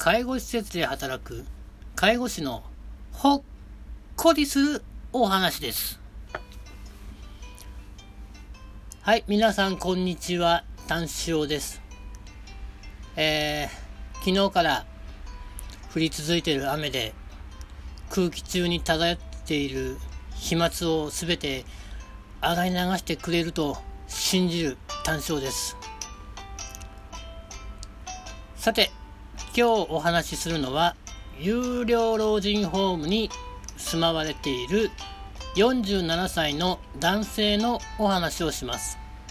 介護施設で働く介護士のほっこりするお話です。はい、皆さんこんにちは、丹塩です。昨日から降り続いている雨で空気中に漂っている飛沫をすべて洗い流してくれると信じる丹塩です。さて、今日お話しするのは有料老人ホームに住まわれている47歳の男性のお話をします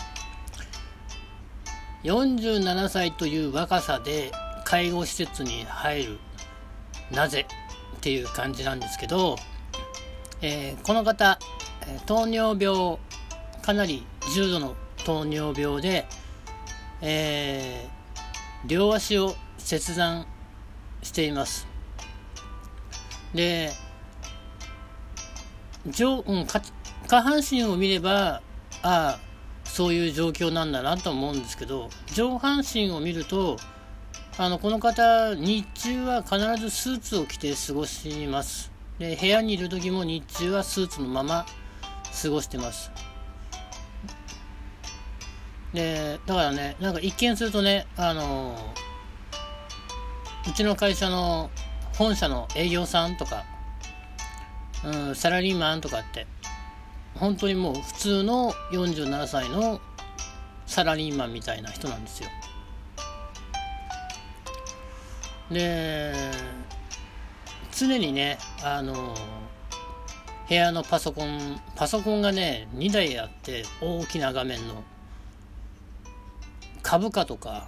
。47歳という若さで介護施設に入る、なぜっていう感じなんですけど、この方、糖尿病、かなり重度の糖尿病で、両足を切断しています。で、下半身を見ればそういう状況なんだなと思うんですけど、上半身を見るとこの方日中は必ずスーツを着て過ごします。で、部屋にいる時も日中はスーツのまま過ごしてます。で、だからね、なんか一見するとね、うちの会社の本社の営業さんとか、サラリーマンとかって本当にもう普通の47歳のサラリーマンみたいな人なんですよ。で、常にね、部屋のパソコンがね2台あって、大きな画面の株価とか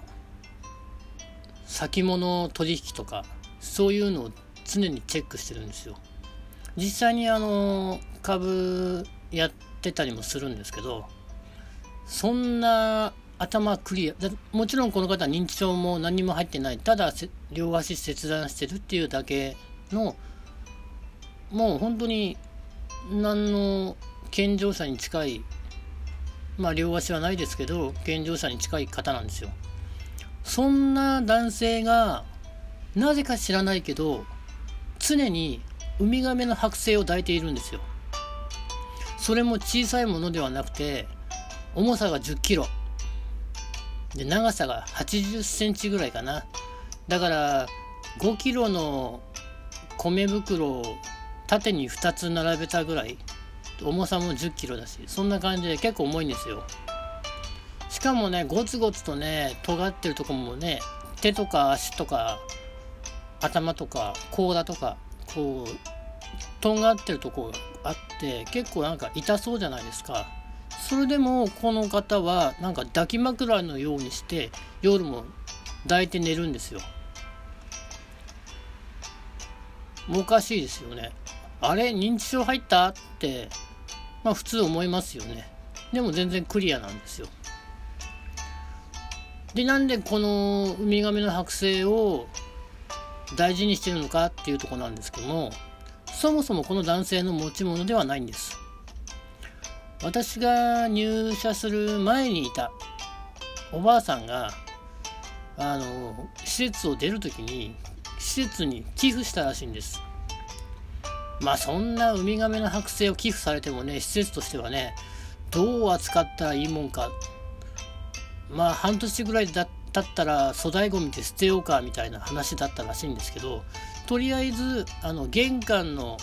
先物取引とか、そういうのを常にチェックしてるんですよ。実際に株やってたりもするんですけど、そんな頭クリアもちろんこの方は認知症も何も入ってない、ただ両足切断してるっていうだけの、もう本当に何の健常者に近い、両足はないですけど健常者に近い方なんですよ。そんな男性がなぜか知らないけど常にウミガメの剥製を抱いているんですよ。それも小さいものではなくて、重さが10キロで長さが80センチぐらいかな。だから5キロの米袋を縦に2つ並べたぐらい、重さも10キロだし、そんな感じで結構重いんですよ。しかもね、ゴツゴツとね尖ってるとこもね、手とか足とか頭とか甲羅とかこう尖ってるとこがあって、結構なんか痛そうじゃないですか。それでもこの方はなんか抱き枕のようにして夜も抱いて寝るんですよ。もうおかしいですよね。あれ、認知症入ったって、普通思いますよね。でも全然クリアなんですよ。で、なんでこのウミガメの剥製を大事にしてるのかっていうところなんですけども、そもそもこの男性の持ち物ではないんです。私が入社する前にいたおばあさんが施設を出るときに施設に寄付したらしいんです。そんなウミガメの剥製を寄付されてもね、施設としてはね、どう扱ったらいいもんか、半年ぐらい経ったら粗大ごみで捨てようかみたいな話だったらしいんですけど、とりあえず玄関の、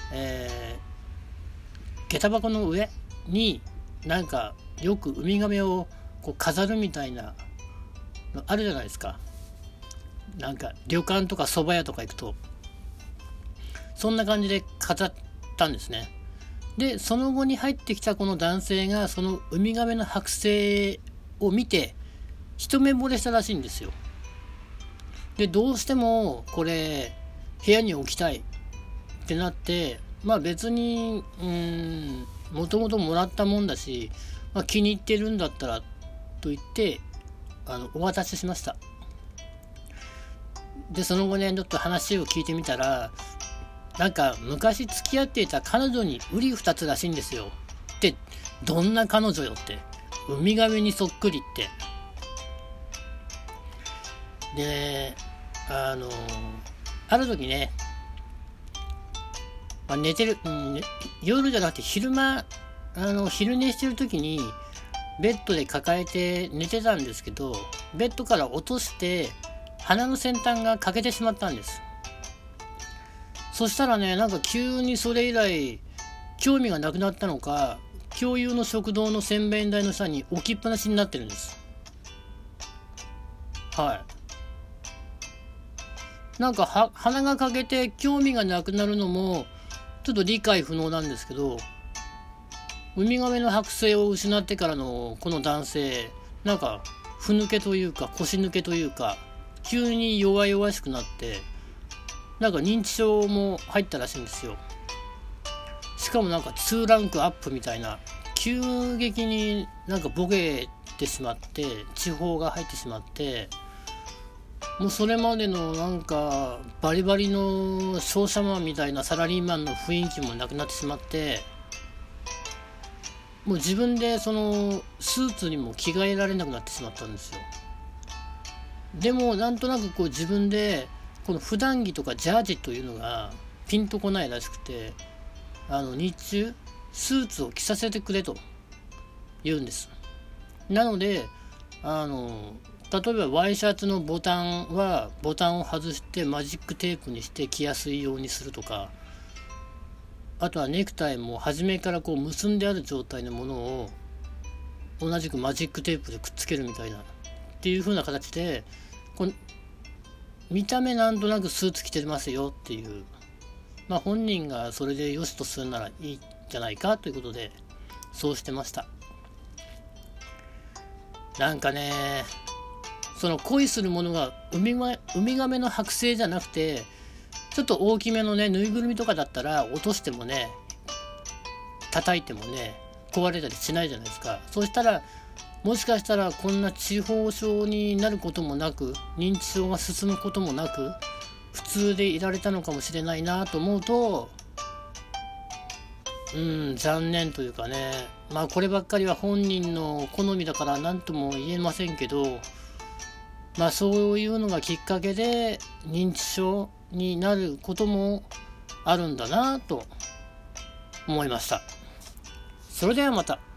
下駄箱の上になんかよくウミガメをこう飾るみたいなのあるじゃないですか。なんか旅館とか蕎麦屋とか行くとそんな感じで飾ったんですね。で、その後に入ってきたこの男性がそのウミガメの剥製を見て一目惚れしたらしいんですよ。で、どうしてもこれ部屋に置きたいってなって、別にもともともらったもんだし、気に入ってるんだったらと言ってお渡ししました。で、その後ねちょっと話を聞いてみたら、なんか昔付き合っていた彼女に瓜二つらしいんですよ。で、どんな彼女よって、ウミガメにそっくりって。で、 ある時ね、寝てる、夜じゃなくて昼間、昼寝してる時にベッドで抱えて寝てたんですけど、ベッドから落として鼻の先端が欠けてしまったんです。そしたらね、なんか急にそれ以来興味がなくなったのか、共有の食堂の洗面台の下に置きっぱなしになってるんです。はい。なんか鼻が欠けて興味がなくなるのもちょっと理解不能なんですけど、ウミガメの剥製を失ってからのこの男性、なんかふぬけというか腰抜けというか、急に弱々しくなって、なんか認知症も入ったらしいんですよ。しかもなんか2ランクアップみたいな、急激になんかボケてしまって、地方が入ってしまって、もうそれまでのなんかバリバリの商社マンみたいなサラリーマンの雰囲気もなくなってしまって、もう自分でそのスーツにも着替えられなくなってしまったんですよ。でもなんとなくこう自分でこの普段着とかジャージというのがピンとこないらしくて、日中スーツを着させてくれと言うんです。なので例えばワイシャツのボタンはボタンを外してマジックテープにして着やすいようにするとか、あとはネクタイも初めからこう結んである状態のものを同じくマジックテープでくっつけるみたいなっていう風な形で、こう見た目なんとなくスーツ着てますよっていう、本人がそれで良しとするならいいんじゃないかということでそうしてました。なんかね、その恋するものがウミガメの剥製じゃなくて、ちょっと大きめのねぬいぐるみとかだったら落としてもね、叩いてもね壊れたりしないじゃないですか。そうしたらもしかしたらこんな痴呆症になることもなく、認知症が進むこともなく、普通でいられたのかもしれないなと思うと、残念というかね、こればっかりは本人の好みだから何とも言えませんけど、そういうのがきっかけで認知症になることもあるんだなと思いました。それではまた。